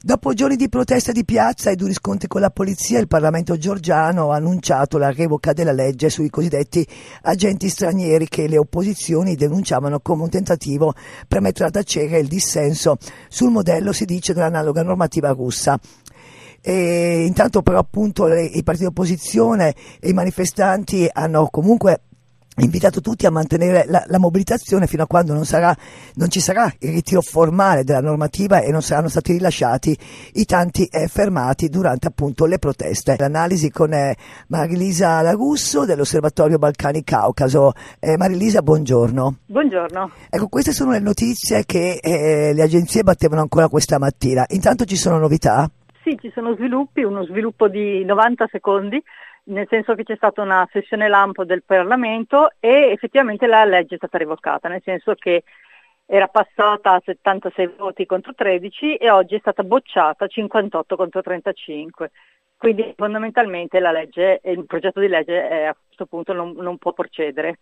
Dopo giorni di protesta di piazza e duri scontri con la polizia, il Parlamento georgiano ha annunciato la revoca della legge sui cosiddetti agenti stranieri che le opposizioni denunciavano come un tentativo per mettere a tacere il dissenso sul modello, si dice, dell'analoga normativa russa. E intanto però appunto i partiti di opposizione e i manifestanti hanno comunque invitato tutti a mantenere la mobilitazione fino a quando non ci sarà il ritiro formale della normativa e non saranno stati rilasciati i tanti fermati durante appunto le proteste. L'analisi con Marilisa Larusso dell'Osservatorio Balcani Caucaso. Marilisa, buongiorno. Buongiorno. Ecco, queste sono le notizie che le agenzie battevano ancora questa mattina. Intanto ci sono novità? Sì, ci sono sviluppi, uno sviluppo di 90 secondi, nel senso che c'è stata una sessione lampo del Parlamento e effettivamente la legge è stata revocata, nel senso che era passata a 76 voti contro 13 e oggi è stata bocciata 58 contro 35. Quindi fondamentalmente la legge, il progetto di legge a questo punto non può procedere.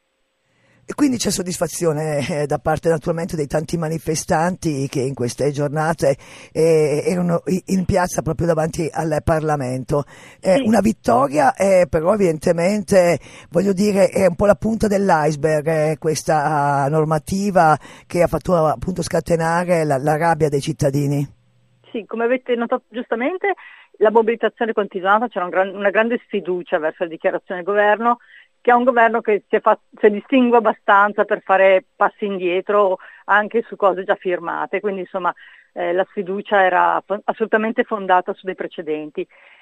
E quindi c'è soddisfazione da parte naturalmente dei tanti manifestanti che in queste giornate erano in piazza proprio davanti al Parlamento. Sì. Una vittoria, però evidentemente, voglio dire, è un po' la punta dell'iceberg questa normativa che ha fatto appunto scatenare la rabbia dei cittadini. Sì, come avete notato giustamente, la mobilitazione è continuata, c'era una grande sfiducia verso la dichiarazione del governo, che è un governo che si distingue abbastanza per fare passi indietro anche su cose già firmate, quindi insomma la sfiducia era assolutamente fondata su dei precedenti.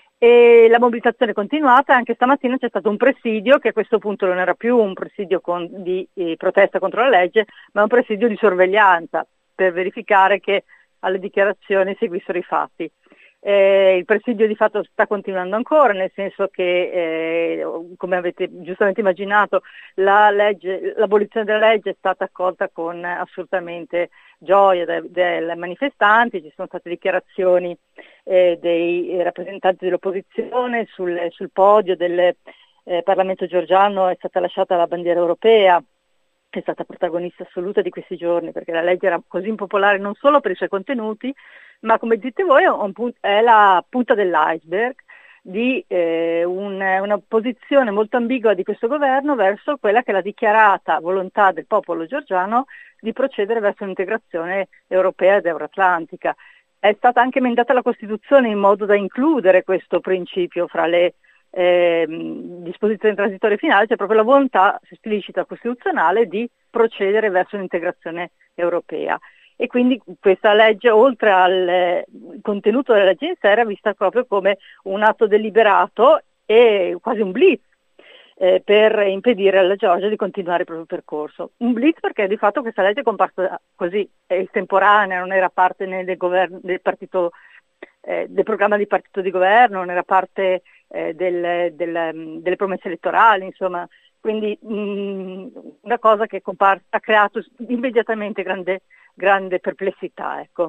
E la mobilitazione è continuata, anche stamattina c'è stato un presidio che a questo punto non era più un presidio di protesta contro la legge, ma un presidio di sorveglianza per verificare che alle dichiarazioni seguissero i fatti. Il presidio di fatto sta continuando ancora, nel senso che, come avete giustamente immaginato, l'abolizione della legge è stata accolta con assolutamente gioia dai manifestanti. Ci sono state dichiarazioni dei rappresentanti dell'opposizione sul podio del Parlamento georgiano. È stata lasciata la bandiera europea, è stata protagonista assoluta di questi giorni, perché la legge era così impopolare non solo per i suoi contenuti, ma come dite voi è la punta dell'iceberg di una posizione molto ambigua di questo governo verso quella che è la dichiarata volontà del popolo georgiano di procedere verso un'integrazione europea ed euroatlantica. È stata anche emendata la Costituzione in modo da includere questo principio fra le disposizioni transitorie finali, c'è proprio la volontà esplicita costituzionale di procedere verso un'integrazione europea. E quindi questa legge, oltre al contenuto della legge in sé, era vista proprio come un atto deliberato e quasi un blitz per impedire alla Georgia di continuare il proprio percorso. Un blitz perché di fatto questa legge è comparsa così estemporanea, non era parte del partito, del programma di partito di governo, non era parte delle promesse elettorali, insomma. Quindi una cosa che ha creato immediatamente grande perplessità, ecco.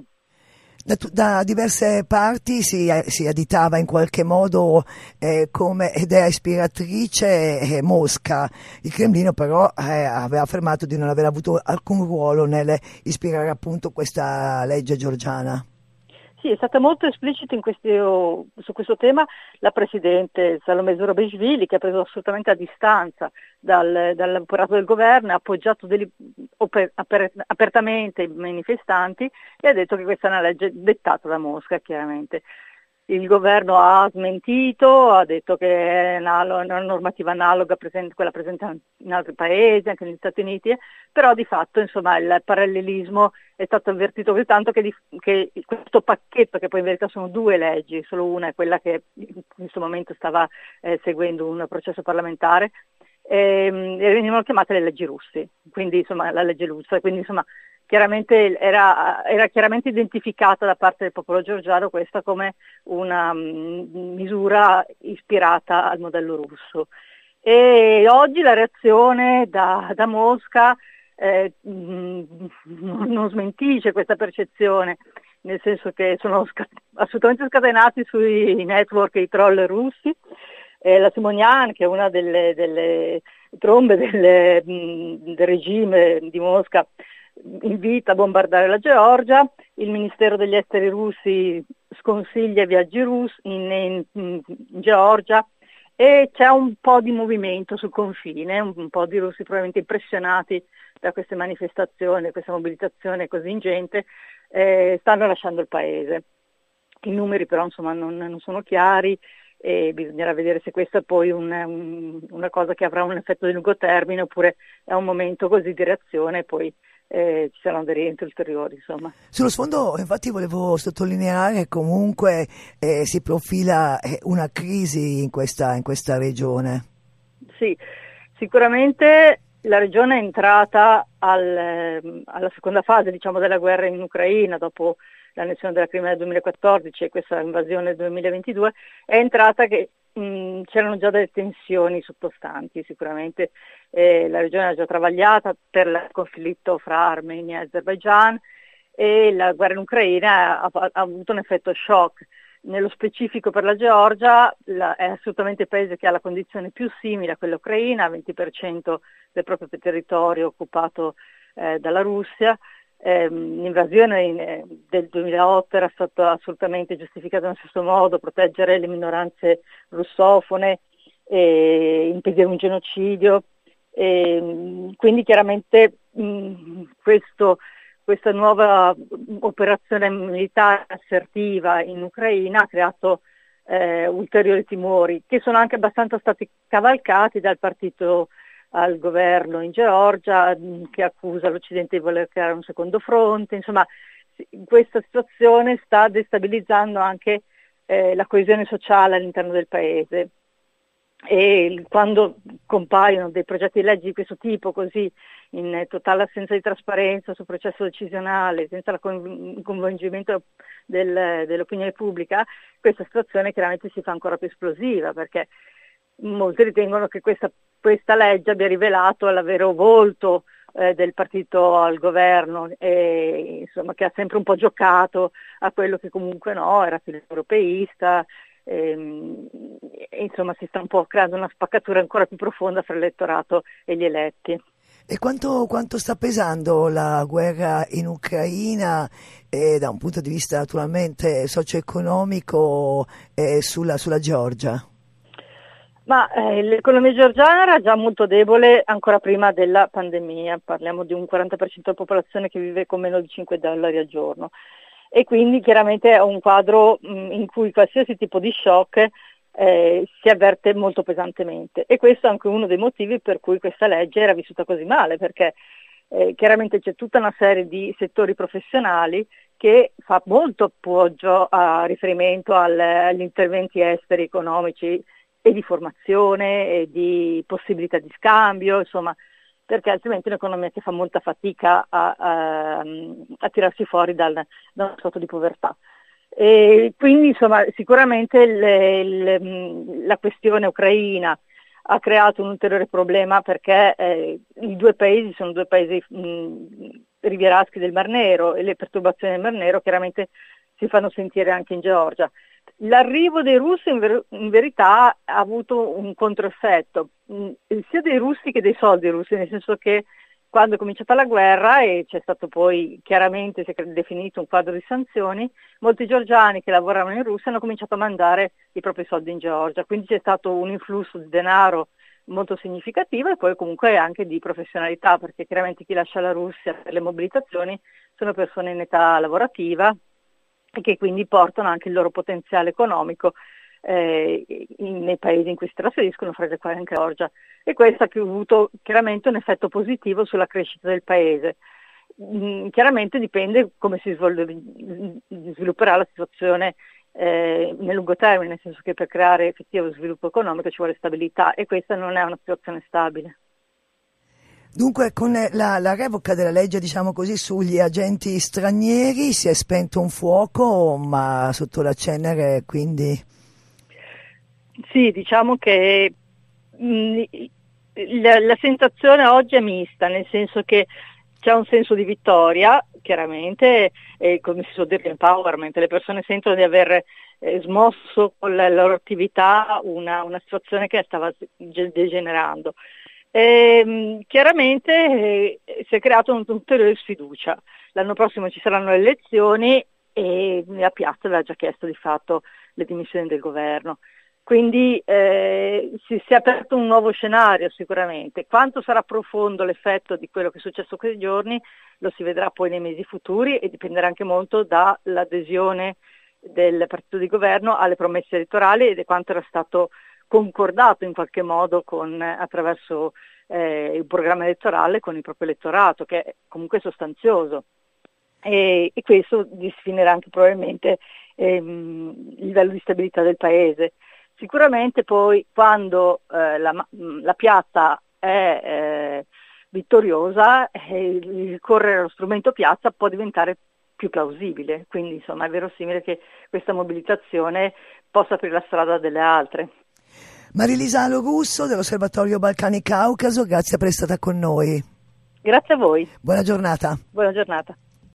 Da diverse parti si additava in qualche modo come idea ispiratrice Mosca. Il Cremlino però aveva affermato di non aver avuto alcun ruolo nel ispirare appunto questa legge georgiana. Sì, è stata molto esplicita su questo tema la Presidente Salome Zurabishvili, che ha preso assolutamente a distanza dall'operato del governo, ha appoggiato apertamente i manifestanti e ha detto che questa è una legge dettata da Mosca, chiaramente. Il governo ha smentito, ha detto che è una normativa analoga a quella presente in altri paesi, anche negli Stati Uniti, però di fatto insomma il parallelismo è stato avvertito così tanto che questo pacchetto, che poi in verità sono due leggi, solo una è quella che in questo momento stava seguendo un processo parlamentare, venivano chiamate le leggi russi, quindi insomma la legge russa, quindi insomma chiaramente era chiaramente identificata da parte del popolo georgiano questa come una misura ispirata al modello russo. E oggi la reazione da Mosca non smentisce questa percezione, nel senso che sono assolutamente scatenati sui network i troll russi. La Simonian, che è una delle trombe del regime di Mosca, invita a bombardare la Georgia, il Ministero degli Esteri russi sconsiglia i viaggi russi in Georgia, e c'è un po' di movimento sul confine, un po' di russi probabilmente impressionati da queste manifestazioni, questa mobilitazione così ingente, stanno lasciando il paese. I numeri però insomma non sono chiari, e bisognerà vedere se questa è poi una cosa che avrà un effetto di lungo termine, oppure è un momento così di reazione e poi ci saranno dei rientri ulteriori, insomma. Sullo sfondo, infatti, volevo sottolineare che comunque si profila una crisi in questa regione. Sì, sicuramente la regione è entrata alla seconda fase, diciamo, della guerra in Ucraina, dopo l'annessione della Crimea nel 2014 e questa invasione nel 2022, è entrata che c'erano già delle tensioni sottostanti. Sicuramente la regione era già travagliata per il conflitto fra Armenia e Azerbaigian, e la guerra in Ucraina ha avuto un effetto shock. Nello specifico per la Georgia è assolutamente il paese che ha la condizione più simile a quella ucraina, 20% del proprio territorio occupato dalla Russia. L'invasione del 2008 era stata assolutamente giustificata nello stesso modo: proteggere le minoranze russofone, impedire un genocidio, quindi chiaramente questa nuova operazione militare assertiva in Ucraina ha creato ulteriori timori, che sono anche abbastanza stati cavalcati dal partito al governo in Georgia, che accusa l'Occidente di voler creare un secondo fronte. Insomma, questa situazione sta destabilizzando anche la coesione sociale all'interno del paese, e quando compaiono dei progetti di legge di questo tipo, così in totale assenza di trasparenza sul processo decisionale, senza il coinvolgimento dell'opinione pubblica, questa situazione chiaramente si fa ancora più esplosiva, perché molti ritengono che questa legge abbia rivelato la vero volto del partito al governo, e insomma che ha sempre un po' giocato a quello che comunque era più europeista. Insomma, si sta un po' creando una spaccatura ancora più profonda fra l'elettorato e gli eletti. E quanto sta pesando la guerra in Ucraina da un punto di vista naturalmente socio-economico sulla Georgia? Ma l'economia georgiana era già molto debole ancora prima della pandemia. Parliamo di un 40% della popolazione che vive con meno di $5 al giorno, e quindi chiaramente è un quadro in cui qualsiasi tipo di shock si avverte molto pesantemente, e questo è anche uno dei motivi per cui questa legge era vissuta così male, perché chiaramente c'è tutta una serie di settori professionali che fa molto appoggio a riferimento agli interventi esteri economici e di formazione e di possibilità di scambio, insomma, perché altrimenti è un'economia che fa molta fatica a tirarsi fuori da uno stato di povertà. E quindi insomma sicuramente la questione ucraina ha creato un ulteriore problema, perché i due paesi sono due paesi rivieraschi del Mar Nero, e le perturbazioni del Mar Nero chiaramente si fanno sentire anche in Georgia. L'arrivo dei russi in verità ha avuto un controeffetto, sia dei russi che dei soldi russi, nel senso che quando è cominciata la guerra e c'è stato poi chiaramente, si è definito un quadro di sanzioni, molti georgiani che lavoravano in Russia hanno cominciato a mandare i propri soldi in Georgia, quindi c'è stato un influsso di denaro molto significativo, e poi comunque anche di professionalità, perché chiaramente chi lascia la Russia per le mobilitazioni sono persone in età lavorativa e che quindi portano anche il loro potenziale economico nei paesi in cui si trasferiscono, fra i quali anche Georgia, e questo ha avuto chiaramente un effetto positivo sulla crescita del paese. Chiaramente dipende come si svilupperà la situazione nel lungo termine, nel senso che per creare effettivo sviluppo economico ci vuole stabilità, e questa non è una situazione stabile. Dunque, con la revoca della legge, diciamo così, sugli agenti stranieri si è spento un fuoco, ma sotto la cenere, quindi... Sì, diciamo che la sensazione oggi è mista, nel senso che c'è un senso di vittoria, chiaramente, come si suol dire, empowerment, le persone sentono di aver smosso con la loro attività una situazione che stava degenerando. Chiaramente si è creato un'ulteriore sfiducia. L'anno prossimo ci saranno le elezioni e la piazza aveva già chiesto di fatto le dimissioni del governo. Quindi si è aperto un nuovo scenario sicuramente. Quanto sarà profondo l'effetto di quello che è successo quei giorni lo si vedrà poi nei mesi futuri e dipenderà anche molto dall'adesione del partito di governo alle promesse elettorali e di quanto era stato concordato in qualche modo attraverso il programma elettorale con il proprio elettorato, che è comunque sostanzioso. E questo disfinerà anche probabilmente il livello di stabilità del paese. Sicuramente poi quando la piazza è vittoriosa, il ricorrere allo strumento piazza può diventare più plausibile, quindi insomma è verosimile che questa mobilitazione possa aprire la strada delle altre. Marilisa Lorusso dell'Osservatorio Balcani Caucaso, grazie per essere stata con noi. Grazie a voi. Buona giornata. Buona giornata.